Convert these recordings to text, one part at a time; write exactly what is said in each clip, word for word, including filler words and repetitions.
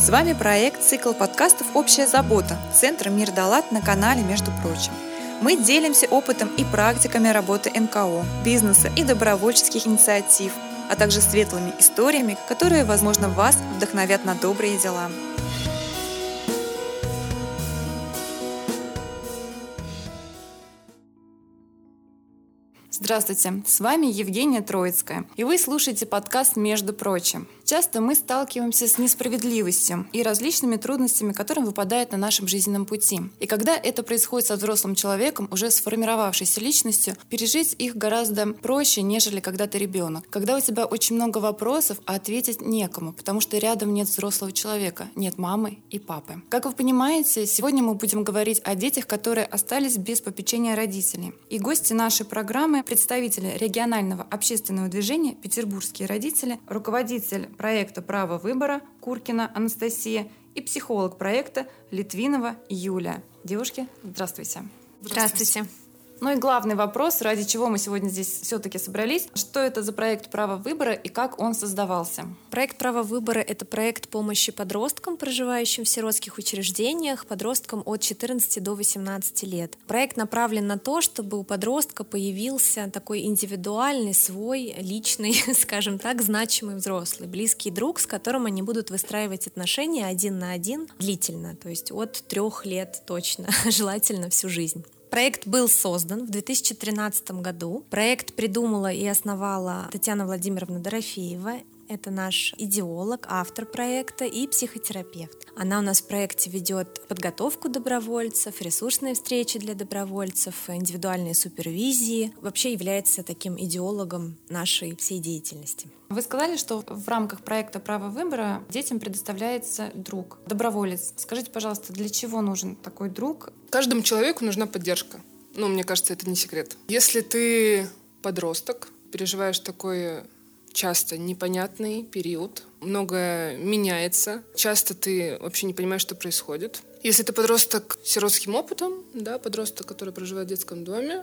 С вами проект «Цикл подкастов «Общая забота» Центра «Мир Далат» на канале «Между прочим». Мы делимся опытом и практиками работы эн ка о, бизнеса и добровольческих инициатив, а также светлыми историями, которые, возможно, вас вдохновят на добрые дела. Здравствуйте, с вами Евгения Троицкая, и вы слушаете подкаст «Между прочим». Часто мы сталкиваемся с несправедливостью и различными трудностями, которым выпадают на нашем жизненном пути. И когда это происходит со взрослым человеком, уже сформировавшейся личностью, пережить их гораздо проще, нежели когда ты ребенок. Когда у тебя очень много вопросов, а ответить некому, потому что рядом нет взрослого человека, нет мамы и папы. Как вы понимаете, сегодня мы будем говорить о детях, которые остались без попечения родителей. И гости нашей программы — представители регионального общественного движения «Петербургские родители», руководитель проекта «Право выбора» Куркина Анастасия и психолог проекта Литвинова Юлия. Девушки, здравствуйте. Здравствуйте. Ну и главный вопрос, ради чего мы сегодня здесь все-таки собрались. Что это за проект «Право выбора» и как он создавался? Проект «Право выбора» — это проект помощи подросткам, проживающим в сиротских учреждениях, подросткам от четырнадцати до восемнадцати лет. Проект направлен на то, чтобы у подростка появился такой индивидуальный, свой, личный, скажем так, значимый взрослый, близкий друг, с которым они будут выстраивать отношения один на один длительно, то есть от трех лет точно, желательно всю жизнь. Проект был создан в две тысячи тринадцатом году. Проект придумала и основала Татьяна Владимировна Дорофеева. Это наш идеолог, автор проекта и психотерапевт. Она у нас в проекте ведет подготовку добровольцев, ресурсные встречи для добровольцев, индивидуальные супервизии. Вообще является таким идеологом нашей всей деятельности. Вы сказали, что в рамках проекта «Право выбора» детям предоставляется друг, доброволец. Скажите, пожалуйста, для чего нужен такой друг? Каждому человеку нужна поддержка. Ну, мне кажется, это не секрет. Если ты подросток, переживаешь такой часто непонятный период, многое меняется, часто ты вообще не понимаешь, что происходит. Если ты подросток с сиротским опытом, да, подросток, который проживает в детском доме,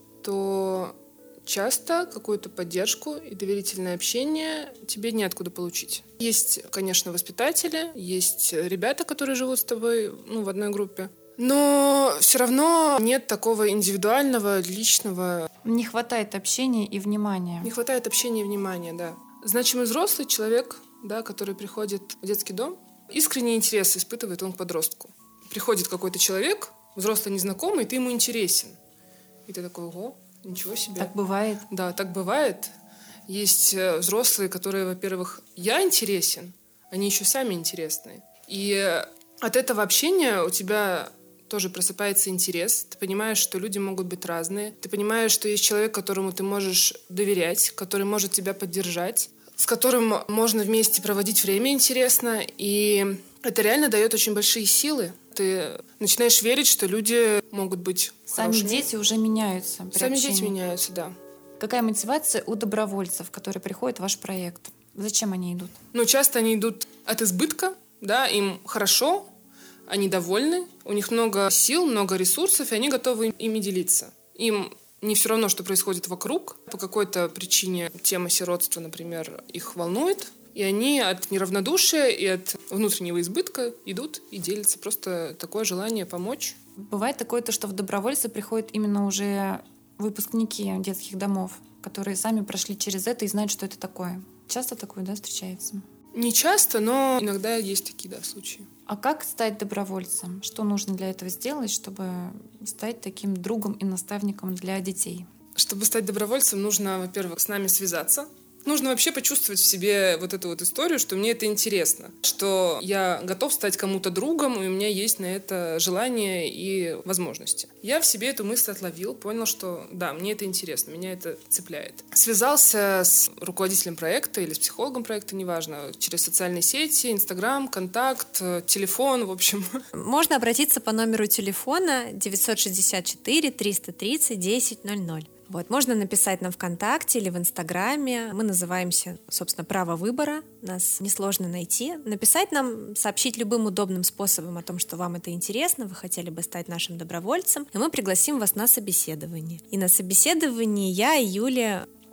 то часто какую-то поддержку и доверительное общение тебе неоткуда получить. Есть, конечно, воспитатели, есть ребята, которые живут с тобой, ну, в одной группе, но все равно нет такого индивидуального, личного. Не хватает общения и внимания. Не хватает общения и внимания, да. Значимый взрослый человек, да, который приходит в детский дом, искренний интерес испытывает он к подростку. Приходит какой-то человек, взрослый незнакомый, ты ему интересен. И ты такой: ого, ничего себе. Так бывает. Да, так бывает. Есть взрослые, которые, во-первых, я интересен, они еще сами интересные. И от этого общения у тебя тоже просыпается интерес. Ты понимаешь, что люди могут быть разные. Ты понимаешь, что есть человек, которому ты можешь доверять, который может тебя поддержать, с которым можно вместе проводить время интересно. И это реально дает очень большие силы. Ты начинаешь верить, что люди могут быть Сами хорошими. дети уже меняются. Сами дети меняются, да. Какая мотивация у добровольцев, которые приходят в ваш проект? Зачем они идут? Ну, часто они идут от избытка, да, им хорошо, они довольны, у них много сил, много ресурсов, и они готовы ими делиться. Им не все равно, что происходит вокруг. По какой-то причине тема сиротства, например, их волнует, и они от неравнодушия и от внутреннего избытка идут и делятся. Просто такое желание помочь. Бывает такое, что в добровольцы приходят именно уже выпускники детских домов, которые сами прошли через это и знают, что это такое. Часто такое, да, встречается? Не часто, но иногда есть такие, да, случаи. А как стать добровольцем? Что нужно для этого сделать, чтобы стать таким другом и наставником для детей? Чтобы стать добровольцем, нужно, во-первых, с нами связаться. Нужно вообще почувствовать в себе вот эту вот историю, что мне это интересно, что я готов стать кому-то другом, и у меня есть на это желание и возможности. Я в себе эту мысль отловил, понял, что да, мне это интересно, меня это цепляет. Связался с руководителем проекта или с психологом проекта, неважно, через социальные сети, Инстаграм, контакт, телефон, в общем. Можно обратиться по номеру телефона девятьсот шестьдесят четыре триста тридцать десять ноль ноль. Вот, можно написать нам ВКонтакте или в Инстаграме. Мы называемся, собственно, «Право выбора». Нас несложно найти. Написать нам, сообщить любым удобным способом о том, что вам это интересно, вы хотели бы стать нашим добровольцем, и мы пригласим вас на собеседование. И на собеседовании я и Юлия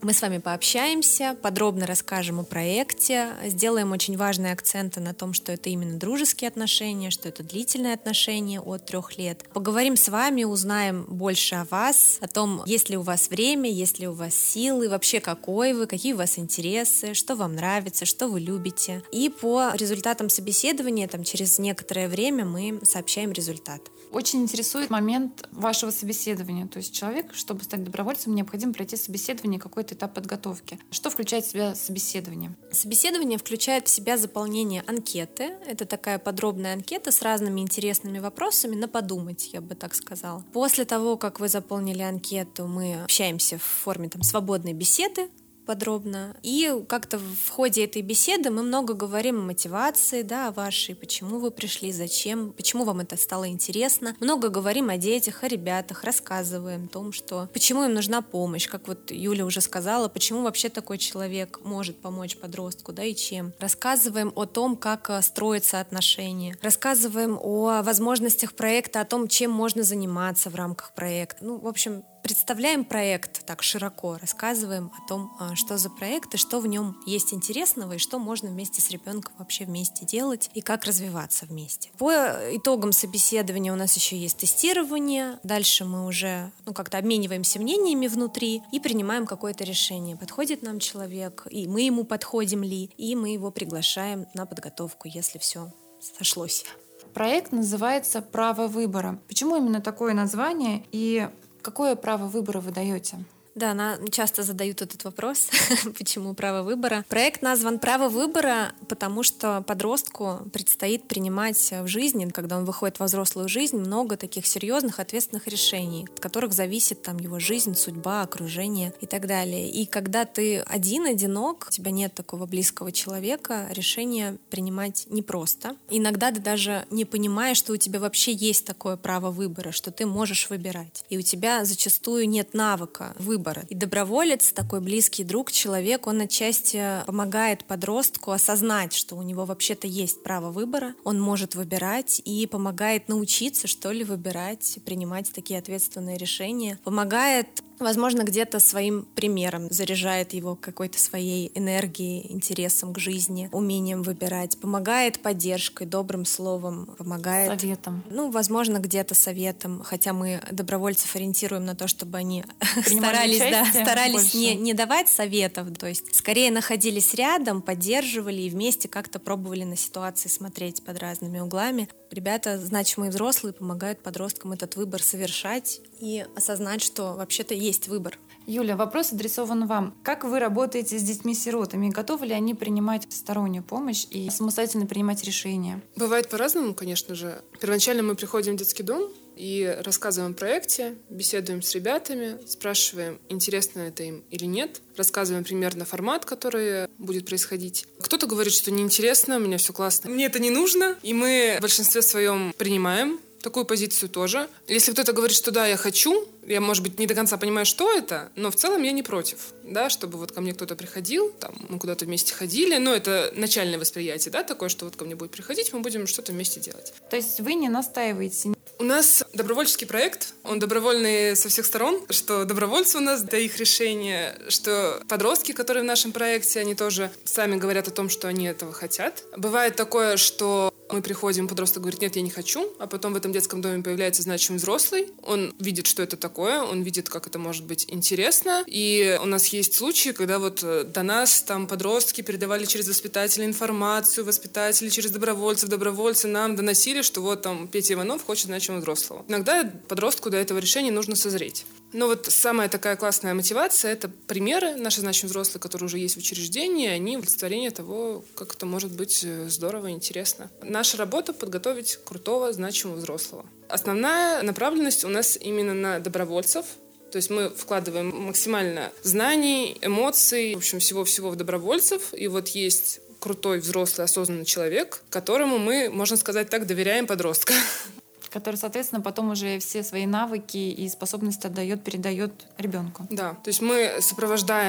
Мы с вами пообщаемся, подробно расскажем о проекте, сделаем очень важные акценты на том, что это именно дружеские отношения, что это длительные отношения от трех лет. Поговорим с вами, узнаем больше о вас, о том, есть ли у вас время, есть ли у вас силы, вообще какой вы, какие у вас интересы, что вам нравится, что вы любите. И по результатам собеседования, там, через некоторое время мы сообщаем результат. Очень интересует момент вашего собеседования. То есть человек, чтобы стать добровольцем, необходимо пройти собеседование, какой-то этап подготовки. Что включает в себя собеседование? Собеседование включает в себя заполнение анкеты. Это такая подробная анкета с разными интересными вопросами на подумать, я бы так сказала. После того, как вы заполнили анкету, мы общаемся в форме там, свободной беседы, подробно. И как-то в ходе этой беседы мы много говорим о мотивации, да, о вашей, почему вы пришли, зачем, почему вам это стало интересно. Много говорим о детях, о ребятах, рассказываем о том, что почему им нужна помощь, как вот Юля уже сказала, почему вообще такой человек может помочь подростку, да, и чем. Рассказываем о том, как строятся отношения. Рассказываем о возможностях проекта, о том, чем можно заниматься в рамках проекта. Ну, в общем, представляем проект так широко, рассказываем о том, что за проект и что в нем есть интересного, и что можно вместе с ребенком вообще вместе делать, и как развиваться вместе. По итогам собеседования у нас еще есть тестирование. Дальше мы уже ну, как-то обмениваемся мнениями внутри и принимаем какое-то решение. Подходит нам человек, и мы ему подходим ли, и мы его приглашаем на подготовку, если все сошлось. Проект называется «Право выбора». Почему именно такое название и какое право выбора вы даете? Да, на, часто задают этот вопрос, почему право выбора. Проект назван «Право выбора», потому что подростку предстоит принимать в жизни, когда он выходит во взрослую жизнь, много таких серьезных, ответственных решений, от которых зависит там, его жизнь, судьба, окружение и так далее. И когда ты один, одинок, у тебя нет такого близкого человека, решение принимать непросто. Иногда ты даже не понимаешь, что у тебя вообще есть такое право выбора, что ты можешь выбирать. И у тебя зачастую нет навыка выбора. И доброволец, такой близкий друг, человек, он отчасти помогает подростку осознать, что у него вообще-то есть право выбора, он может выбирать и помогает научиться, что ли, выбирать, принимать такие ответственные решения, помогает, возможно, где-то своим примером, заряжает его какой-то своей энергией, интересом к жизни, умением выбирать, помогает поддержкой, добрым словом, помогает... Советом. Ну, возможно, где-то советом, хотя мы добровольцев ориентируем на то, чтобы они старались, да, старались не, не давать советов, то есть скорее находились рядом, поддерживали и вместе как-то пробовали на ситуации смотреть под разными углами. Ребята, значимые взрослые, помогают подросткам этот выбор совершать и осознать, что вообще-то есть выбор. Юля, вопрос адресован вам. Как вы работаете с детьми-сиротами? Готовы ли они принимать стороннюю помощь и самостоятельно принимать решения? Бывает по-разному, конечно же. Первоначально мы приходим в детский дом и рассказываем о проекте, беседуем с ребятами, спрашиваем, интересно это им или нет, рассказываем примерно формат, который будет происходить. Кто-то говорит, что неинтересно, у меня все классно, мне это не нужно, и мы в большинстве своем принимаем такую позицию тоже. Если кто-то говорит, что да, я хочу, я, может быть, не до конца понимаю, что это, но в целом я не против, да, чтобы вот ко мне кто-то приходил, там, мы куда-то вместе ходили, но это начальное восприятие, да, такое, что вот ко мне будет приходить, мы будем что-то вместе делать. То есть вы не настаиваете? У нас добровольческий проект, он добровольный со всех сторон, что добровольцы у нас до их решения, что подростки, которые в нашем проекте, они тоже сами говорят о том, что они этого хотят. Бывает такое, что мы приходим, подросток говорит, нет, я не хочу, а потом в этом детском доме появляется значимый взрослый, он видит, что это такое, он видит, как это может быть интересно, и у нас есть случаи, когда вот до нас там подростки передавали через воспитателя информацию, воспитатели через добровольцев, добровольцы нам доносили, что вот там Петя Иванов хочет значимого взрослого. Иногда подростку до этого решения нужно созреть. Но вот самая такая классная мотивация — это примеры, наши значимые взрослые, которые уже есть в учреждении, они олицетворение того, как это может быть здорово и интересно. Наша работа — подготовить крутого, значимого взрослого. Основная направленность у нас именно на добровольцев. То есть мы вкладываем максимально знаний, эмоций, в общем, всего-всего в добровольцев. И вот есть крутой, взрослый, осознанный человек, которому мы, можно сказать так, доверяем подростка. Который, соответственно, потом уже все свои навыки и способности отдает, передает ребенку. Да, то есть мы сопровождаем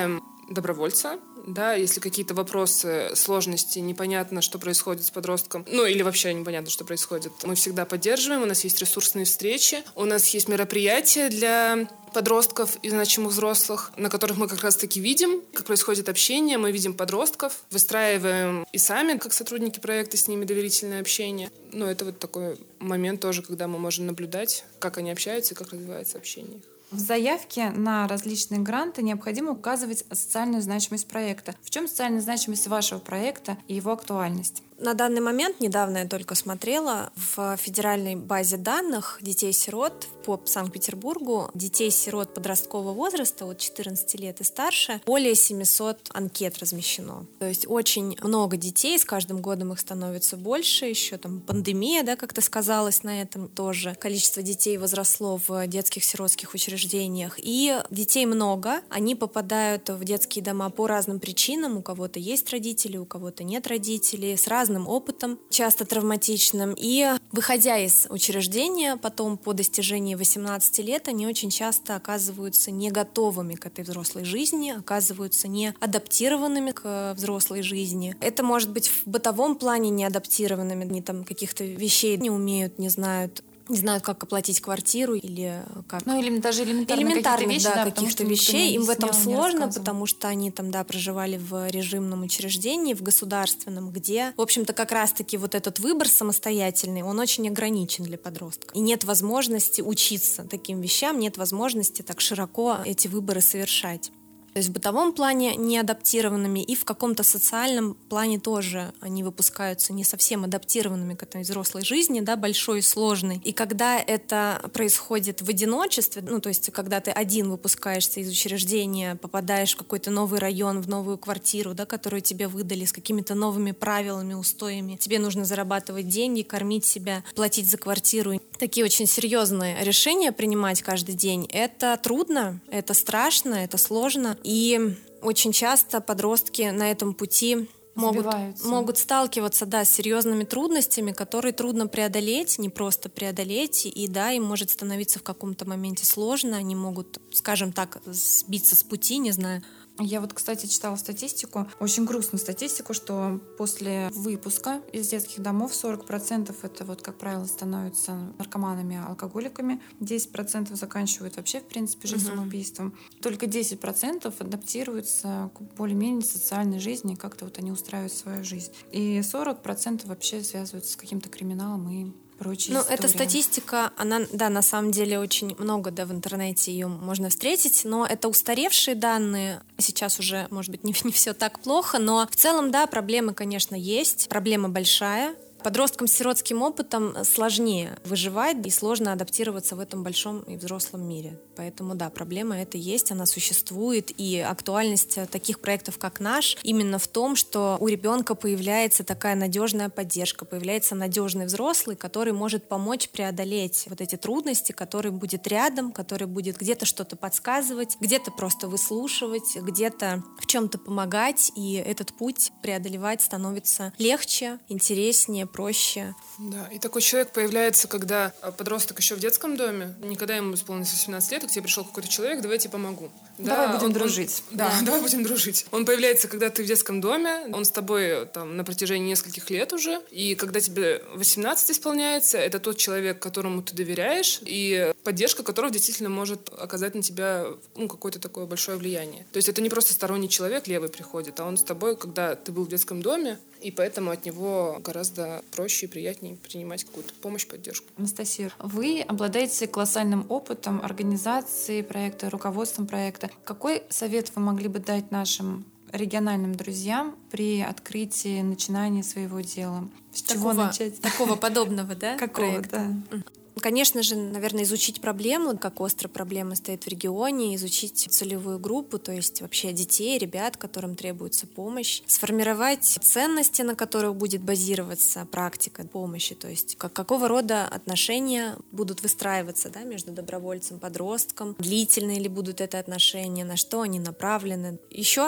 добровольца. Да, если какие-то вопросы, сложности, непонятно, что происходит с подростком, ну или вообще непонятно, что происходит, мы всегда поддерживаем, у нас есть ресурсные встречи, у нас есть мероприятия для подростков и значимых взрослых, на которых мы как раз-таки видим, как происходит общение, мы видим подростков, выстраиваем и сами, как сотрудники проекта, с ними доверительное общение. Ну, это вот такой момент тоже, когда мы можем наблюдать, как они общаются и как развивается общение. В заявке на различные гранты необходимо указывать социальную значимость проекта. В чем социальная значимость вашего проекта и его актуальность? На данный момент, недавно я только смотрела, в федеральной базе данных детей-сирот по Санкт-Петербургу, детей-сирот подросткового возраста от четырнадцати лет и старше, более семисот анкет размещено. То есть очень много детей, с каждым годом их становится больше, еще там пандемия, да, как-то сказалась на этом тоже. Количество детей возросло в детских сиротских учреждениях, и детей много, они попадают в детские дома по разным причинам, у кого-то есть родители, у кого-то нет родителей, с разным опытом, часто травматичным. И выходя из учреждения, потом по достижении восемнадцати лет, они очень часто оказываются не готовыми к этой взрослой жизни, оказываются не адаптированными к взрослой жизни. Это может быть в бытовом плане не адаптированными, они там каких-то вещей не умеют, не знают, не знают, как оплатить квартиру или как... Ну, или даже элементарно элементарных, какие-то вещи, да, да, каких-то вещей. Им в этом сложно, потому что они там, да, проживали в режимном учреждении, в государственном, где, в общем-то, как раз-таки вот этот выбор самостоятельный, он очень ограничен для подростка. И нет возможности учиться таким вещам, нет возможности так широко эти выборы совершать. То есть в бытовом плане не адаптированными, и в каком-то социальном плане тоже они выпускаются не совсем адаптированными к этой взрослой жизни, да, большой и сложной. И когда это происходит в одиночестве, ну, то есть когда ты один выпускаешься из учреждения, попадаешь в какой-то новый район, в новую квартиру, да, которую тебе выдали с какими-то новыми правилами, устоями, тебе нужно зарабатывать деньги, кормить себя, платить за квартиру. Такие очень серьезные решения принимать каждый день. Это трудно, это страшно, это сложно. И очень часто подростки на этом пути могут, могут сталкиваться, да, с серьезными трудностями, которые трудно преодолеть, не просто преодолеть. И да, им может становиться в каком-то моменте сложно, они могут, скажем так, сбиться с пути, не знаю. Я вот, кстати, читала статистику, очень грустную статистику, что после выпуска из детских домов сорок процентов это вот, как правило, становятся наркоманами, алкоголиками, десять процентов заканчивают вообще, в принципе, жизнь uh-huh. самоубийством. Только десять процентов адаптируются к более-менее социальной жизни, как-то вот они устраивают свою жизнь. И сорок процентов вообще связываются с каким-то криминалом и прочие Ну, истории. эта статистика, она, да, на самом деле очень много, да, в интернете ее можно встретить, но это устаревшие данные. Сейчас уже, может быть, не, не все так плохо, но в целом, да, проблемы, конечно, есть. Проблема большая. Подросткам с сиротским опытом сложнее выживать и сложно адаптироваться в этом большом и взрослом мире. Поэтому, да, проблема эта есть, она существует, и актуальность таких проектов, как наш, именно в том, что у ребенка появляется такая надежная поддержка, появляется надежный взрослый, который может помочь преодолеть вот эти трудности, который будет рядом, который будет где-то что-то подсказывать, где-то просто выслушивать, где-то в чем-то помогать, и этот путь преодолевать становится легче, интереснее, проще. Да, и такой человек появляется, когда подросток еще в детском доме, никогда ему исполнилось восемнадцать лет, и к тебе пришел какой-то человек, давай я тебе помогу. Давай да, будем он, дружить. Он, да, да, давай будем дружить. Он появляется, когда ты в детском доме, он с тобой там на протяжении нескольких лет уже, и когда тебе восемнадцать исполняется, это тот человек, которому ты доверяешь, и поддержка которого действительно может оказать на тебя, ну, какое-то такое большое влияние. То есть это не просто сторонний человек левый приходит, а он с тобой, когда ты был в детском доме, и поэтому от него гораздо проще и приятнее принимать какую-то помощь, поддержку. Анастасия, вы обладаете колоссальным опытом организации проекта, руководством проекта. Какой совет вы могли бы дать нашим региональным друзьям при открытии, начинании своего дела? С такого, чего начать? Такого подобного, да? Какого, да. Конечно же, наверное, изучить проблему, как остро проблема стоит в регионе, изучить целевую группу, то есть вообще детей, ребят, которым требуется помощь, сформировать ценности, на которых будет базироваться практика помощи, то есть как, какого рода отношения будут выстраиваться, да, между добровольцем, подростком, длительные ли будут это отношения, на что они направлены. Еще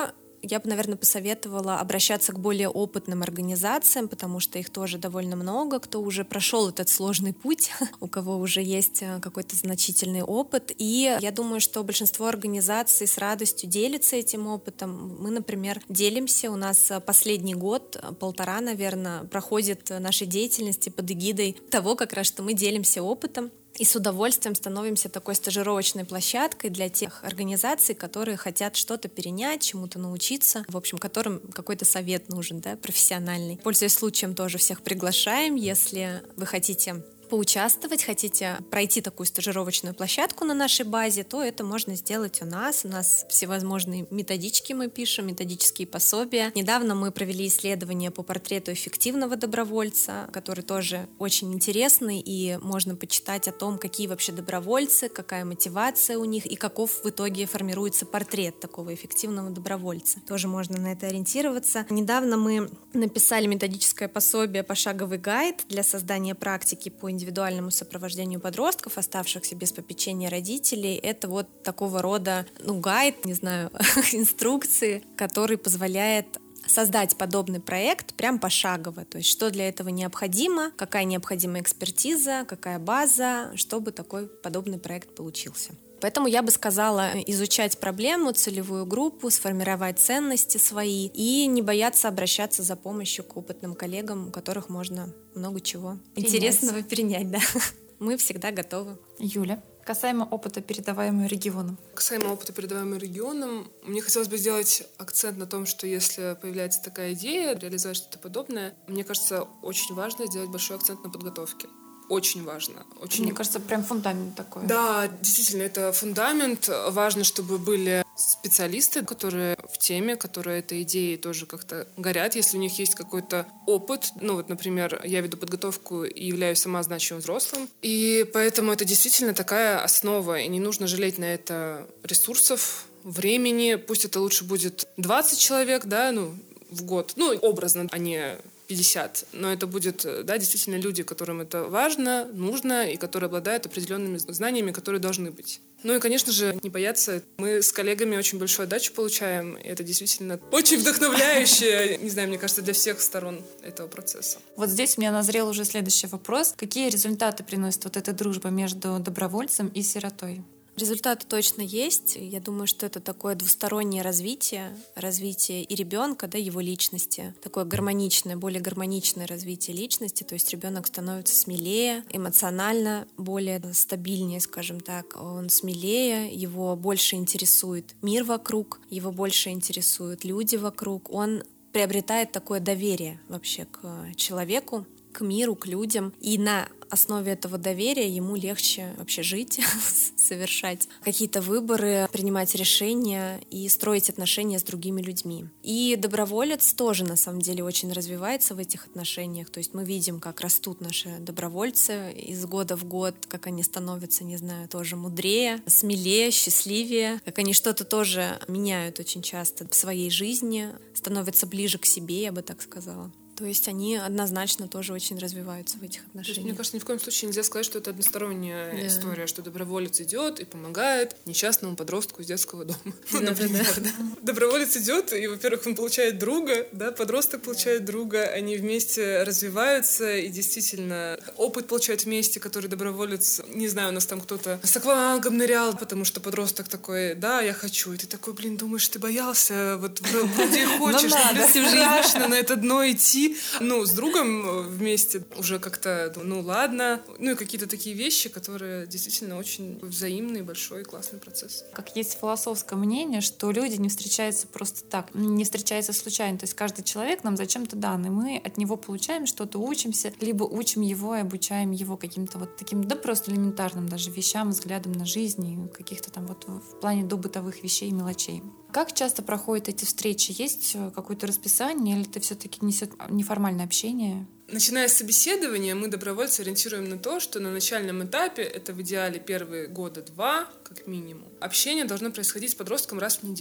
я бы, наверное, посоветовала обращаться к более опытным организациям, потому что их тоже довольно много, кто уже прошел этот сложный путь, у кого уже есть какой-то значительный опыт. И я думаю, что большинство организаций с радостью делятся этим опытом. Мы, например, делимся. У нас последний год, полтора, наверное, проходит нашей деятельности под эгидой того, как раз, что мы делимся опытом. И с удовольствием становимся такой стажировочной площадкой для тех организаций, которые хотят что-то перенять, чему-то научиться, в общем, которым какой-то совет нужен, да, профессиональный. Пользуясь случаем, тоже всех приглашаем, если вы хотите поучаствовать, хотите пройти такую стажировочную площадку на нашей базе, то это можно сделать у нас. У нас всевозможные методички мы пишем, методические пособия. Недавно мы провели исследование по портрету эффективного добровольца, который тоже очень интересный, и можно почитать о том, какие вообще добровольцы, какая мотивация у них и каков в итоге формируется портрет такого эффективного добровольца. Тоже можно на это ориентироваться. Недавно мы написали методическое пособие, пошаговый гайд для создания практики по индивидуальному сопровождению подростков, оставшихся без попечения родителей. Это вот такого рода, ну, гайд, не знаю, инструкции, который позволяет создать подобный проект прям пошагово. То есть что для этого необходимо, какая необходима экспертиза, какая база, чтобы такой подобный проект получился. Поэтому я бы сказала изучать проблему, целевую группу, сформировать ценности свои и не бояться обращаться за помощью к опытным коллегам, у которых можно много чего перенять. интересного перенять. Да. Мы всегда готовы. Юля, касаемо опыта, передаваемого регионам. Касаемо опыта, передаваемого регионам, мне хотелось бы сделать акцент на том, что если появляется такая идея, реализовать что-то подобное, мне кажется, очень важно сделать большой акцент на подготовке. Очень важно. Очень... Мне кажется, прям фундамент такой. Да, действительно, это фундамент. Важно, чтобы были специалисты, которые в теме, которые этой идеей тоже как-то горят, если у них есть какой-то опыт. Ну вот, например, я веду подготовку и являюсь сама значимым взрослым. И поэтому это действительно такая основа, и не нужно жалеть на это ресурсов, времени. Пусть это лучше будет двадцать человек, да, ну, в год. Ну, образно, а не пятьдесят. Но это будет, да, действительно люди, которым это важно, нужно, и которые обладают определенными знаниями, которые должны быть. Ну и, конечно же, не бояться. Мы с коллегами очень большую отдачу получаем, и это действительно очень вдохновляюще, не знаю, мне кажется, для всех сторон этого процесса. Вот здесь у меня назрел уже следующий вопрос. Какие результаты приносит вот эта дружба между добровольцем и сиротой? Результаты точно есть. Я думаю, что это такое двустороннее развитие, развитие и ребенка, да, его личности, такое гармоничное, более гармоничное развитие личности, то есть ребенок становится смелее, эмоционально более стабильнее, скажем так, он смелее, его больше интересует мир вокруг, его больше интересуют люди вокруг, он приобретает такое доверие вообще к человеку, к миру, к людям. И на основе этого доверия ему легче вообще жить, совершать какие-то выборы, принимать решения и строить отношения с другими людьми. И доброволец тоже, на самом деле, очень развивается в этих отношениях. То есть мы видим, как растут наши добровольцы из года в год, как они становятся, не знаю, тоже мудрее, смелее, счастливее, как они что-то тоже меняют очень часто в своей жизни, становятся ближе к себе, я бы так сказала. То есть они однозначно тоже очень развиваются в этих отношениях. То есть, мне кажется, ни в коем случае нельзя сказать, что это односторонняя да. история, что доброволец идет и помогает несчастному подростку из детского дома. Да, например, да, да. Доброволец идет, и, во-первых, он получает друга, да, подросток получает друга, они вместе развиваются, и действительно опыт получают вместе, который доброволец, не знаю, у нас там кто-то с аквалангом нырял, потому что подросток такой, да, я хочу, и ты такой, блин, думаешь, ты боялся, вот вроде и хочешь, но страшно на это дно идти. Ну, с другом вместе уже как-то, ну, ладно. Ну, и какие-то такие вещи, которые действительно очень взаимный, большой, классный процесс. Как есть философское мнение, что люди не встречаются просто так, не встречаются случайно. То есть каждый человек нам зачем-то дан, и мы от него получаем что-то, учимся, либо учим его и обучаем его каким-то вот таким, да просто элементарным даже вещам, взглядам на жизнь и каких-то там вот в плане до бытовых вещей и мелочей. Как часто проходят эти встречи? Есть какое-то расписание, или это все-таки несет неформальное общение? Начиная с собеседования, мы, добровольцы, ориентируем на то, что на начальном этапе, это в идеале первые года два, как минимум, общение должно происходить с подростком раз в неделю.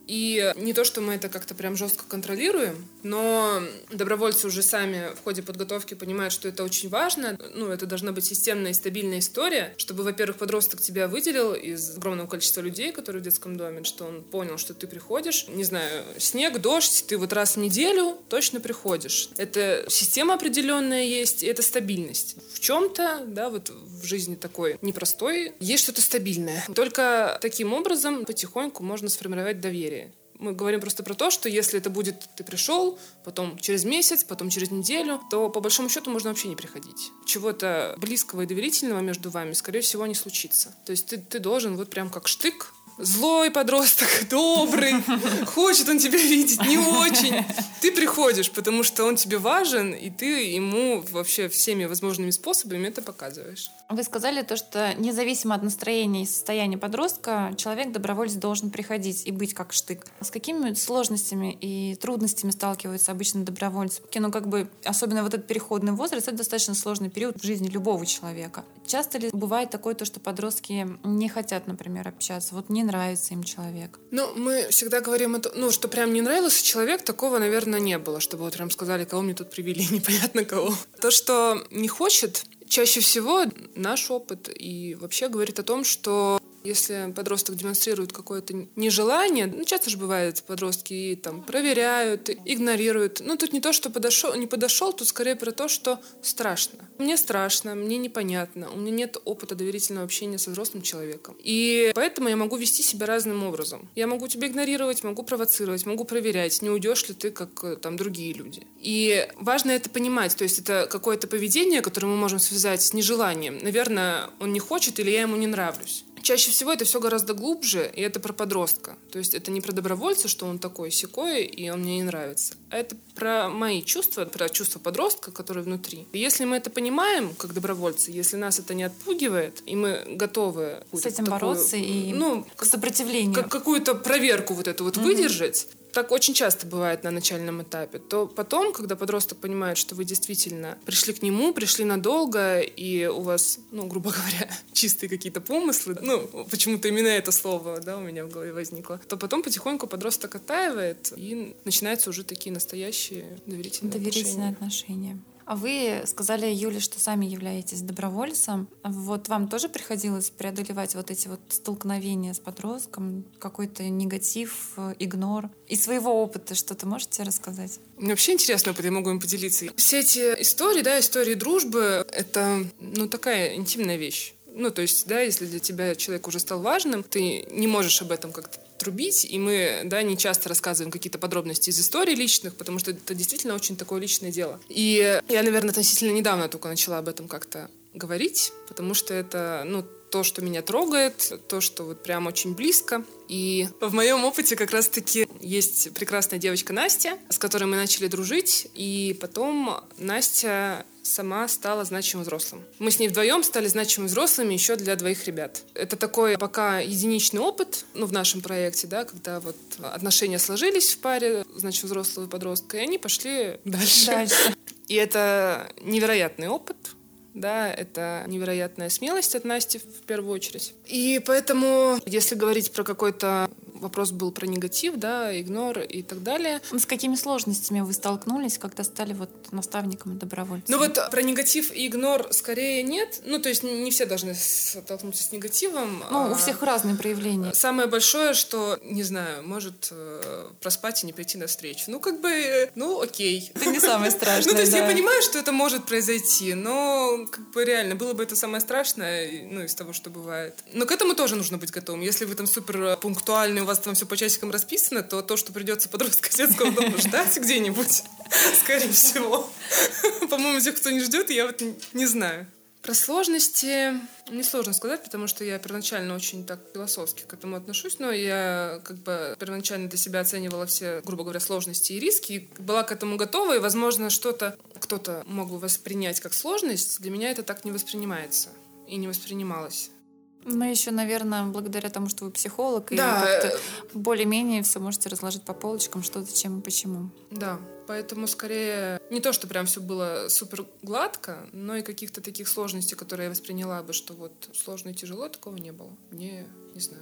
И не то, что мы это как-то прям жестко контролируем, но добровольцы уже сами в ходе подготовки понимают, что это очень важно. Ну, это должна быть системная и стабильная история, чтобы, во-первых, подросток тебя выделил из огромного количества людей, которые в детском доме, что он понял, что ты приходишь, не знаю, снег, дождь, ты вот раз в неделю точно приходишь. Это система определенная есть, и это стабильность. В чем-то, да, вот в жизни такой непростой, есть что-то стабильное. Только таким образом потихоньку можно сформировать доверие. Мы говорим просто про то, что если это будет, ты пришел, потом через месяц, потом через неделю, то по большому счету можно вообще не приходить. Чего-то близкого и доверительного между вами, скорее всего, не случится. То есть ты, ты должен вот прям как штык, злой подросток, добрый, хочет он тебя видеть, не очень. Ты приходишь, потому что он тебе важен, и ты ему вообще всеми возможными способами это показываешь. Вы сказали то, что независимо от настроения и состояния подростка, человек-доброволец должен приходить и быть как штык. С какими сложностями и трудностями сталкиваются обычно добровольцы? Ну, как бы, особенно вот этот переходный возраст, это достаточно сложный период в жизни любого человека. Часто ли бывает такое, то, что подростки не хотят, например, общаться? Вот не нравится им человек. Ну, мы всегда говорим, ну, что прям не нравился человек, такого, наверное, не было, чтобы вот прям сказали, кого мне тут привели, непонятно кого. То, что не хочет, чаще всего наш опыт и вообще говорит о том, что если подросток демонстрирует какое-то нежелание, ну, часто же бывает, подростки и, там, проверяют, игнорируют. Ну, тут не то, что подошел, не подошел, тут скорее про то, что страшно. Мне страшно, мне непонятно, у меня нет опыта доверительного общения со взрослым человеком. И поэтому я могу вести себя разным образом. Я могу тебя игнорировать, могу провоцировать, могу проверять, не уйдешь ли ты, как там другие люди. И важно это понимать, то есть это какое-то поведение, которое мы можем связать с нежеланием. Наверное, он не хочет или я ему не нравлюсь. Чаще всего это все гораздо глубже, и это про подростка. То есть это не про добровольца, что он такой сякой, и он мне не нравится. А это про мои чувства, про чувства подростка, которые внутри. И если мы это понимаем, как добровольцы, если нас это не отпугивает, и мы готовы с этим такую, бороться и ну, к сопротивлению, как, какую-то проверку вот эту вот mm-hmm. выдержать, так очень часто бывает на начальном этапе, то потом, когда подросток понимает, что вы действительно пришли к нему, пришли надолго, и у вас, ну, грубо говоря, чистые какие-то помыслы, ну, почему-то именно это слово, да, у меня в голове возникло, то потом потихоньку подросток оттаивает, и начинаются уже такие настоящие доверительные, доверительные отношения. отношения. А вы сказали, Юля, что сами являетесь добровольцем. Вот вам тоже приходилось преодолевать вот эти вот столкновения с подростком, какой-то негатив, игнор? Из своего опыта что-то можете рассказать? Мне вообще интересный опыт, я могу им поделиться. Все эти истории, да, истории дружбы, это, ну, такая интимная вещь. Ну, то есть, да, если для тебя человек уже стал важным, ты не можешь об этом как-то трубить, и мы, да, не часто рассказываем какие-то подробности из историй личных, потому что это действительно очень такое личное дело. И я, наверное, относительно недавно только начала об этом как-то говорить, потому что это, ну, то, что меня трогает, то, что вот прям очень близко. И в моем опыте как раз-таки есть прекрасная девочка Настя, с которой мы начали дружить, и потом Настя сама стала значимым взрослым. Мы с ней вдвоем стали значимыми взрослыми еще для двоих ребят. Это такой пока единичный опыт, ну, в нашем проекте, да, когда вот отношения сложились в паре, значит, взрослого и подростка, и они пошли дальше. Дальше. И это невероятный опыт. Да, это невероятная смелость от Насти в первую очередь. И поэтому, если говорить про какой-то вопрос был про негатив, да, игнор и так далее. С какими сложностями вы столкнулись, когда стали вот наставником и добровольцем? Ну вот про негатив и игнор скорее нет. Ну, то есть не все должны столкнуться с негативом. Ну, у всех разные проявления. Самое большое, что, не знаю, может проспать и не прийти на встречу. Ну, как бы, ну, окей. Это не самое страшное, Ну, то есть да. я понимаю, что это может произойти, но, как бы, реально, было бы это самое страшное, ну, из того, что бывает. Но к этому тоже нужно быть готовым. Если вы там супер пунктуальный, у вас там все по часикам расписано, то то, что придется подростка из детского дома ждать где-нибудь, скорее всего. По-моему, тех, кто не ждет, я вот не знаю. Про сложности несложно сказать, потому что я первоначально очень так философски к этому отношусь, но я как бы первоначально для себя оценивала все, грубо говоря, сложности и риски, и была к этому готова, и, возможно, что-то кто-то мог бы воспринять как сложность. Для меня это так не воспринимается и не воспринималось. Ну, еще, наверное, благодаря тому, что вы психолог, да. и как-то более-менее все можете разложить по полочкам, что зачем и почему. Да, поэтому скорее не то, что прям все было супер гладко, но и каких-то таких сложностей, которые я восприняла бы, что вот сложно и тяжело, такого не было. Мне, не знаю,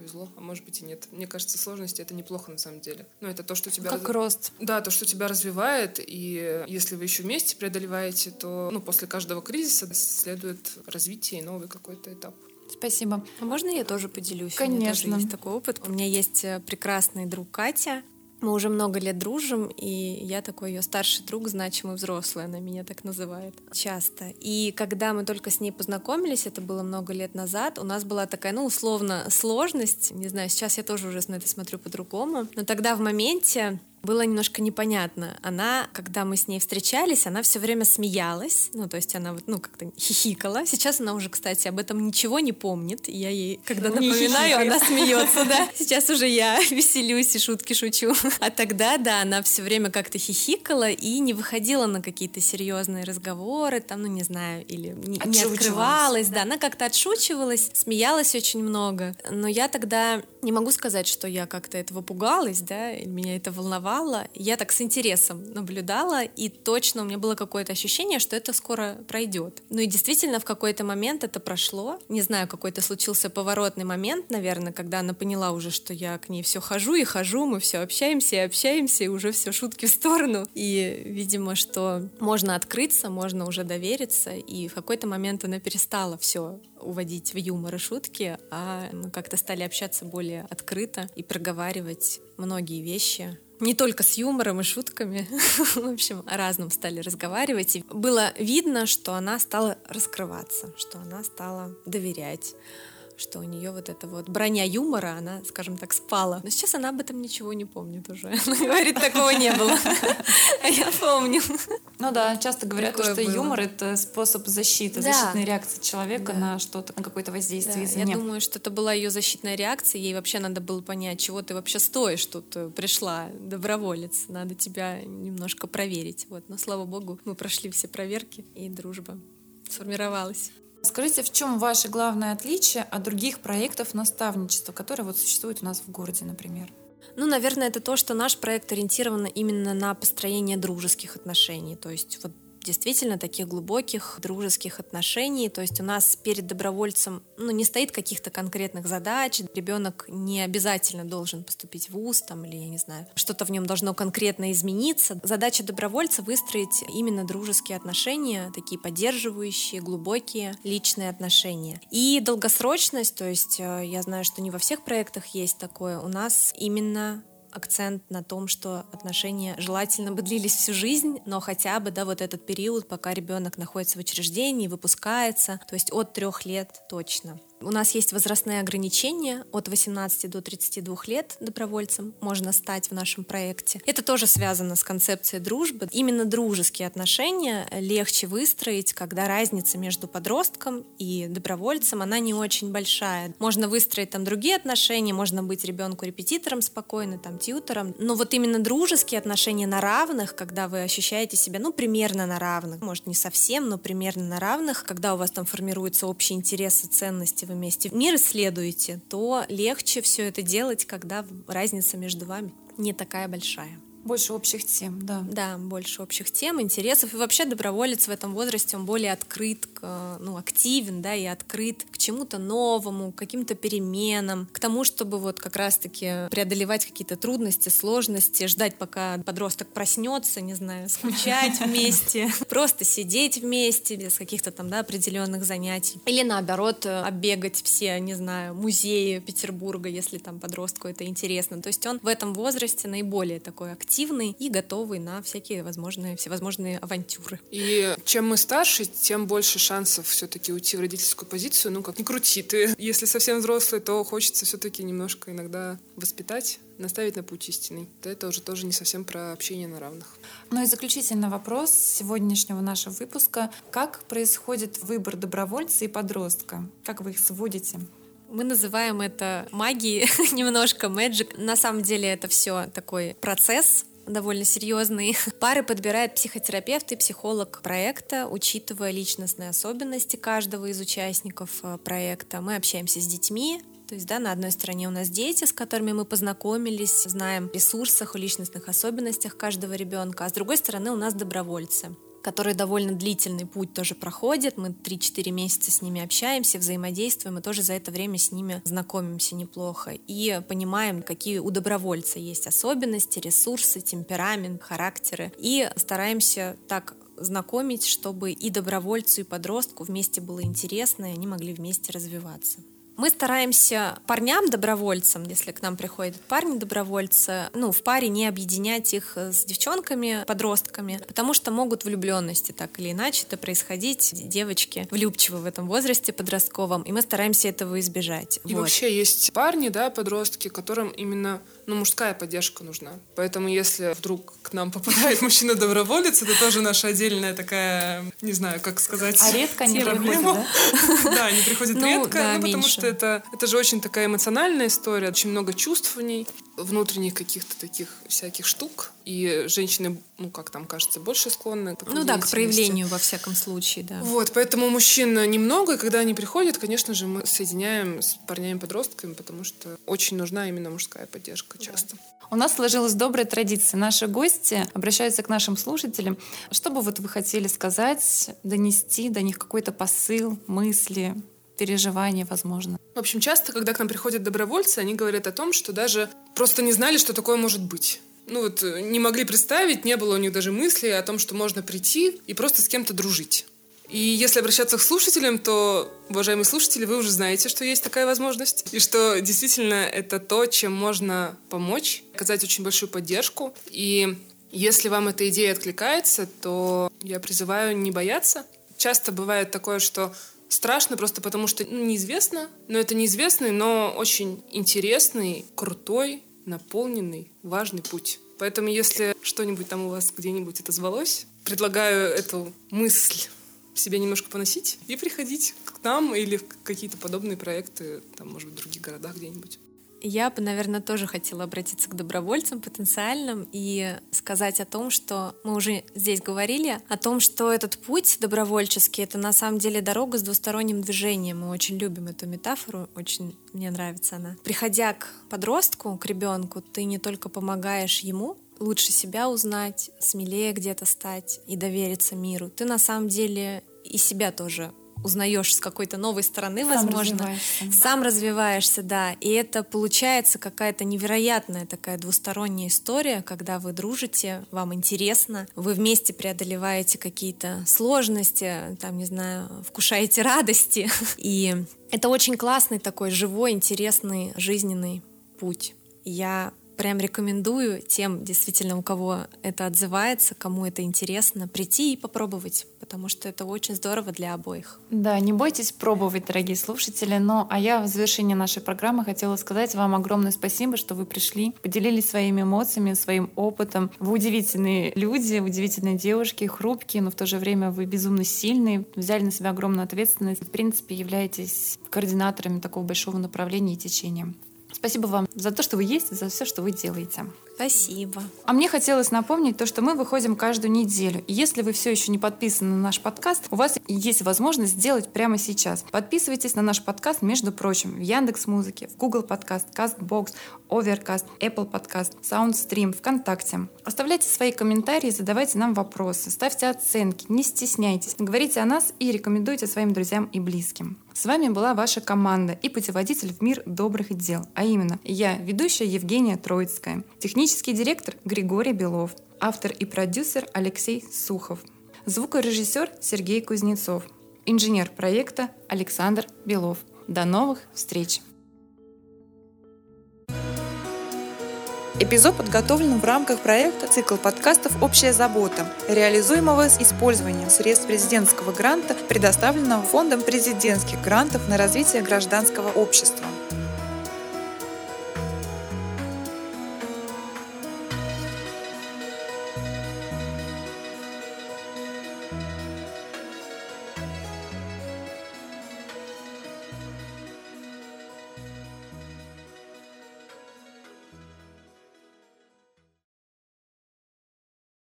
повезло, а может быть и нет. Мне кажется, сложности — это неплохо на самом деле. Но это то, что тебя... Как рост. Да, то, что тебя развивает, и если вы еще вместе преодолеваете, то ну, после каждого кризиса следует развитие и новый какой-то этап. Спасибо. А можно я тоже поделюсь? Конечно. У меня тоже есть такой опыт. У меня есть прекрасный друг Катя. Мы уже много лет дружим, и я такой ее старший друг, значимый взрослый, она меня так называет часто. И когда мы только с ней познакомились, это было много лет назад, у нас была такая, ну, условно, сложность. Не знаю, сейчас я тоже уже на это смотрю по-другому. Но тогда в моменте было немножко непонятно. Она, когда мы с ней встречались, она все время смеялась, ну, то есть она вот, ну, как-то хихикала. Сейчас она уже, кстати, об этом ничего не помнит. И я ей, когда напоминаю, она смеется, да. Сейчас уже я веселюсь и шутки шучу. А тогда, да, она все время как-то хихикала и не выходила на какие-то серьезные разговоры, там, ну, не знаю, или не, не открывалась, да. Она как-то отшучивалась, смеялась очень много. Но я тогда не могу сказать, что я как-то этого пугалась, да, или меня это волновало. Я так с интересом наблюдала, и точно у меня было какое-то ощущение, что это скоро пройдет. Ну и действительно в какой-то момент это прошло. Не знаю, какой-то случился поворотный момент, наверное, когда она поняла уже, что я к ней все хожу и хожу, мы все общаемся и общаемся, и уже все шутки в сторону. И, видимо, что можно открыться, можно уже довериться, и в какой-то момент она перестала все уводить в юмор и шутки, а мы как-то стали общаться более открыто и проговаривать многие вещи. Не только с юмором и шутками, в общем, о разном стали разговаривать. И было видно, что она стала раскрываться, что она стала доверять, что у нее вот эта вот броня юмора, она, скажем так, спала. Но сейчас она об этом ничего не помнит уже. Она говорит, такого не было. А я помню. Ну да, часто говорят, Такое что было. юмор — это способ защиты, Да. защитная реакция человека Да. на что-то, на какое-то воздействие Да, извне. я думаю, что это была ее защитная реакция. Ей вообще надо было понять, чего ты вообще стоишь. Тут э, пришла доброволец. Надо тебя немножко проверить. Вот. Но, слава богу, мы прошли все проверки, и дружба сформировалась. Скажите, в чем ваше главное отличие от других проектов наставничества, которые вот существуют у нас в городе, например? Ну, наверное, это то, что наш проект ориентирован именно на построение дружеских отношений. То есть вот действительно таких глубоких дружеских отношений. То есть у нас перед добровольцем ну, не стоит каких-то конкретных задач. Ребенок не обязательно должен поступить в вуз там, или, я не знаю, что-то в нем должно конкретно измениться. Задача добровольца — выстроить именно дружеские отношения, такие поддерживающие, глубокие личные отношения. И долгосрочность, то есть я знаю, что не во всех проектах есть такое, у нас именно акцент на том, что отношения желательно бы длились всю жизнь, но хотя бы, да, вот этот период, пока ребенок находится в учреждении, выпускается, то есть от трех лет точно. У нас есть возрастные ограничения от восемнадцати до тридцати двух лет добровольцем можно стать в нашем проекте. Это тоже связано с концепцией дружбы. Именно дружеские отношения легче выстроить, когда разница между подростком и добровольцем, она не очень большая. Можно выстроить там другие отношения, можно быть ребенку репетитором спокойно, там, тьютором, но вот именно дружеские отношения на равных, когда вы ощущаете себя, ну, примерно на равных, может, не совсем, но примерно на равных, когда у вас там формируются общие интересы, ценности, вы вместе мир исследуете, то легче все это делать, когда разница между вами не такая большая. Больше общих тем, да. Да, больше общих тем, интересов. И вообще доброволец в этом возрасте, он более открыт, ну, активен, да, и открыт к чему-то новому, к каким-то переменам, к тому, чтобы вот как раз-таки преодолевать какие-то трудности, сложности, ждать, пока подросток проснется, не знаю, скучать вместе, просто сидеть вместе без каких-то там, да, определенных занятий. Или наоборот, оббегать все, не знаю, музеи Петербурга, если там подростку это интересно. То есть он в этом возрасте наиболее такой активный, активный и готовый на всякие возможные, всевозможные авантюры. И чем мы старше, тем больше шансов все-таки уйти в родительскую позицию. Ну, как ни крути ты. Если совсем взрослый, то хочется все-таки немножко иногда воспитать, наставить на путь истинный. Это уже тоже не совсем про общение на равных. Ну и заключительный вопрос сегодняшнего нашего выпуска. Как происходит выбор добровольца и подростка? Как вы их сводите? Мы называем это магией, немножко magic. На самом деле это все такой процесс довольно серьезный. Пары подбирает психотерапевт и психолог проекта, учитывая личностные особенности каждого из участников проекта. Мы общаемся с детьми. То есть, да, на одной стороне у нас дети, с которыми мы познакомились, знаем о ресурсах, о личностных особенностях каждого ребенка, а с другой стороны у нас добровольцы. которые довольно длительный путь тоже проходят. Мы три-четыре месяца с ними общаемся, взаимодействуем, и тоже за это время с ними знакомимся неплохо. И понимаем, какие у добровольца есть особенности, ресурсы, темперамент, характеры. И стараемся так знакомить, чтобы и добровольцу, и подростку вместе было интересно, и они могли вместе развиваться. Мы стараемся парням-добровольцам, если к нам приходят парни-добровольцы, ну, в паре не объединять их с девчонками, подростками, потому что могут влюбленности так или иначе это происходить. Девочки влюбчивы в этом возрасте подростковом, и мы стараемся этого избежать. И вот. Вообще есть парни, да, подростки, которым именно ну, мужская поддержка нужна. Поэтому если вдруг к нам попадает мужчина-доброволец, это тоже наша отдельная такая, не знаю, как сказать... А редко они приходят, да? Да, они приходят Ну, редко, да, ну, потому меньше. что это, это же очень такая эмоциональная история, очень много чувств в ней, внутренних каких-то таких всяких штук. И женщины, ну, как там кажется, больше склонны к такой Ну да, к деятельности. проявлению во всяком случае, да. Вот, поэтому мужчин немного, и когда они приходят, конечно же, мы соединяем с парнями-подростками, потому что очень нужна именно мужская поддержка часто. У нас сложилась добрая традиция. Наши гости обращаются к нашим слушателям. Что бы вот вы хотели сказать, донести до них какой-то посыл, мысли, переживания, возможно? В общем, часто, когда к нам приходят добровольцы, они говорят о том, что даже просто не знали, что такое может быть. Ну вот не могли представить, не было у них даже мысли о том, что можно прийти и просто с кем-то дружить. И если обращаться к слушателям, то, уважаемые слушатели, вы уже знаете, что есть такая возможность. И что действительно это то, чем можно помочь, оказать очень большую поддержку. И если вам эта идея откликается, то я призываю не бояться. Часто бывает такое, что страшно просто потому, что ну, неизвестно. Но это неизвестный, но очень интересный, крутой, наполненный, важный путь. Поэтому если что-нибудь там у вас где-нибудь отозвалось, предлагаю эту мысль себе немножко поносить и приходить к нам или в какие-то подобные проекты, там, может быть, в других городах где-нибудь. Я бы, наверное, тоже хотела обратиться к добровольцам потенциальным и сказать о том, что мы уже здесь говорили, о том, что этот путь добровольческий — это на самом деле дорога с двусторонним движением. Мы очень любим эту метафору, очень мне нравится она. Приходя к подростку, к ребенку, ты не только помогаешь ему лучше себя узнать, смелее где-то стать и довериться миру, ты на самом деле и себя тоже узнаешь с какой-то новой стороны, Сам возможно. развиваешься. Сам развиваешься, да. И это получается какая-то невероятная такая двусторонняя история, когда вы дружите, вам интересно, вы вместе преодолеваете какие-то сложности, там, не знаю, вкушаете радости. И это очень классный такой живой, интересный, жизненный путь. Я прям рекомендую тем, действительно, у кого это отзывается, кому это интересно, прийти и попробовать, потому что это очень здорово для обоих. Да, не бойтесь пробовать, дорогие слушатели. Ну, а я в завершении нашей программы хотела сказать вам огромное спасибо, что вы пришли, поделились своими эмоциями, своим опытом. Вы удивительные люди, удивительные девушки, хрупкие, но в то же время вы безумно сильные, взяли на себя огромную ответственность. В принципе, являетесь координаторами такого большого направления и течения. Спасибо вам за то, что вы есть, за все, что вы делаете. Спасибо. А мне хотелось напомнить то, что мы выходим каждую неделю. И если вы все еще не подписаны на наш подкаст, у вас есть возможность сделать прямо сейчас. Подписывайтесь на наш подкаст, между прочим, в Яндекс.Музыке, в Google Подкаст, Castbox, Overcast, Apple Подкаст, Soundstream, ВКонтакте. Оставляйте свои комментарии, задавайте нам вопросы, ставьте оценки, не стесняйтесь. Говорите о нас и рекомендуйте своим друзьям и близким. С вами была ваша команда и путеводитель в мир добрых дел, а именно я, ведущая Евгения Троицкая, технический директор Григорий Белов, автор и продюсер Алексей Сухов, звукорежиссер Сергей Кузнецов, инженер проекта Александр Белов. До новых встреч! Эпизод подготовлен в рамках проекта «Цикл подкастов «Общая забота», реализуемого с использованием средств президентского гранта, предоставленного Фондом президентских грантов на развитие гражданского общества.